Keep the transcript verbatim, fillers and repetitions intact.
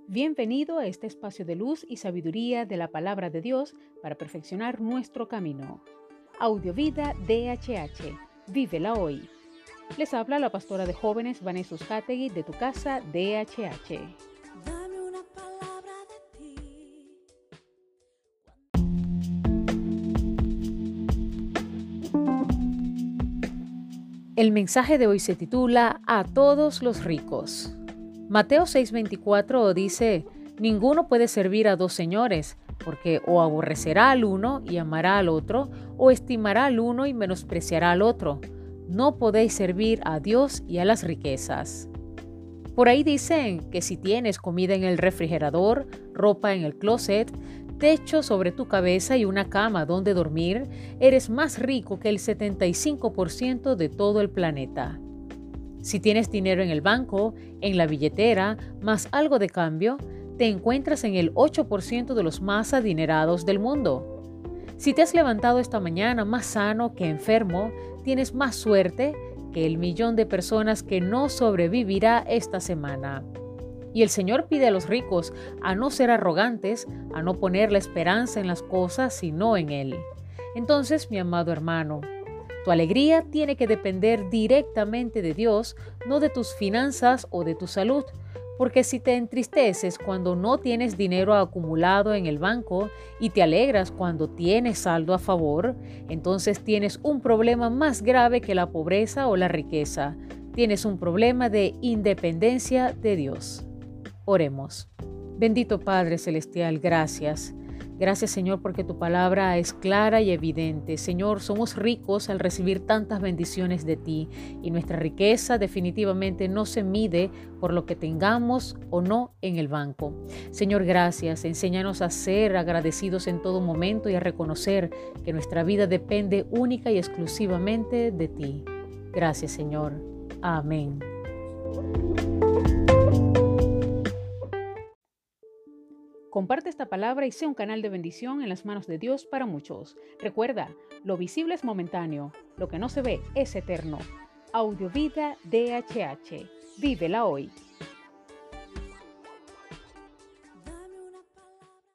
Bienvenido a este espacio de luz y sabiduría de la palabra de Dios para perfeccionar nuestro camino. Audiovida D H H. Vívela hoy. Les habla la pastora de jóvenes Vanessa Uzcategui de Tu Casa D H H. Dame una palabra de ti. El mensaje de hoy se titula A todos los ricos. Mateo seis veinticuatro dice: ninguno puede servir a dos señores, porque o aborrecerá al uno y amará al otro, o estimará al uno y menospreciará al otro. No podéis servir a Dios y a las riquezas. Por ahí dicen que si tienes comida en el refrigerador, ropa en el closet, techo sobre tu cabeza y una cama donde dormir, eres más rico que el setenta y cinco por ciento de todo el planeta. Si tienes dinero en el banco, en la billetera, más algo de cambio, te encuentras en el ocho por ciento de los más adinerados del mundo. Si te has levantado esta mañana más sano que enfermo, tienes más suerte que el millón de personas que no sobrevivirá esta semana. Y el Señor pide a los ricos a no ser arrogantes, a no poner la esperanza en las cosas, sino en Él. Entonces, mi amado hermano, tu alegría tiene que depender directamente de Dios, no de tus finanzas o de tu salud, porque si te entristeces cuando no tienes dinero acumulado en el banco y te alegras cuando tienes saldo a favor, entonces tienes un problema más grave que la pobreza o la riqueza. Tienes un problema de independencia de Dios. Oremos. Bendito Padre Celestial, gracias. Gracias, Señor, porque tu palabra es clara y evidente. Señor, somos ricos al recibir tantas bendiciones de ti y nuestra riqueza definitivamente no se mide por lo que tengamos o no en el banco. Señor, gracias. Enséñanos a ser agradecidos en todo momento y a reconocer que nuestra vida depende única y exclusivamente de ti. Gracias, Señor. Amén. Comparte esta palabra y sea un canal de bendición en las manos de Dios para muchos. Recuerda, lo visible es momentáneo, lo que no se ve es eterno. Audiovida D H H. Vívela hoy.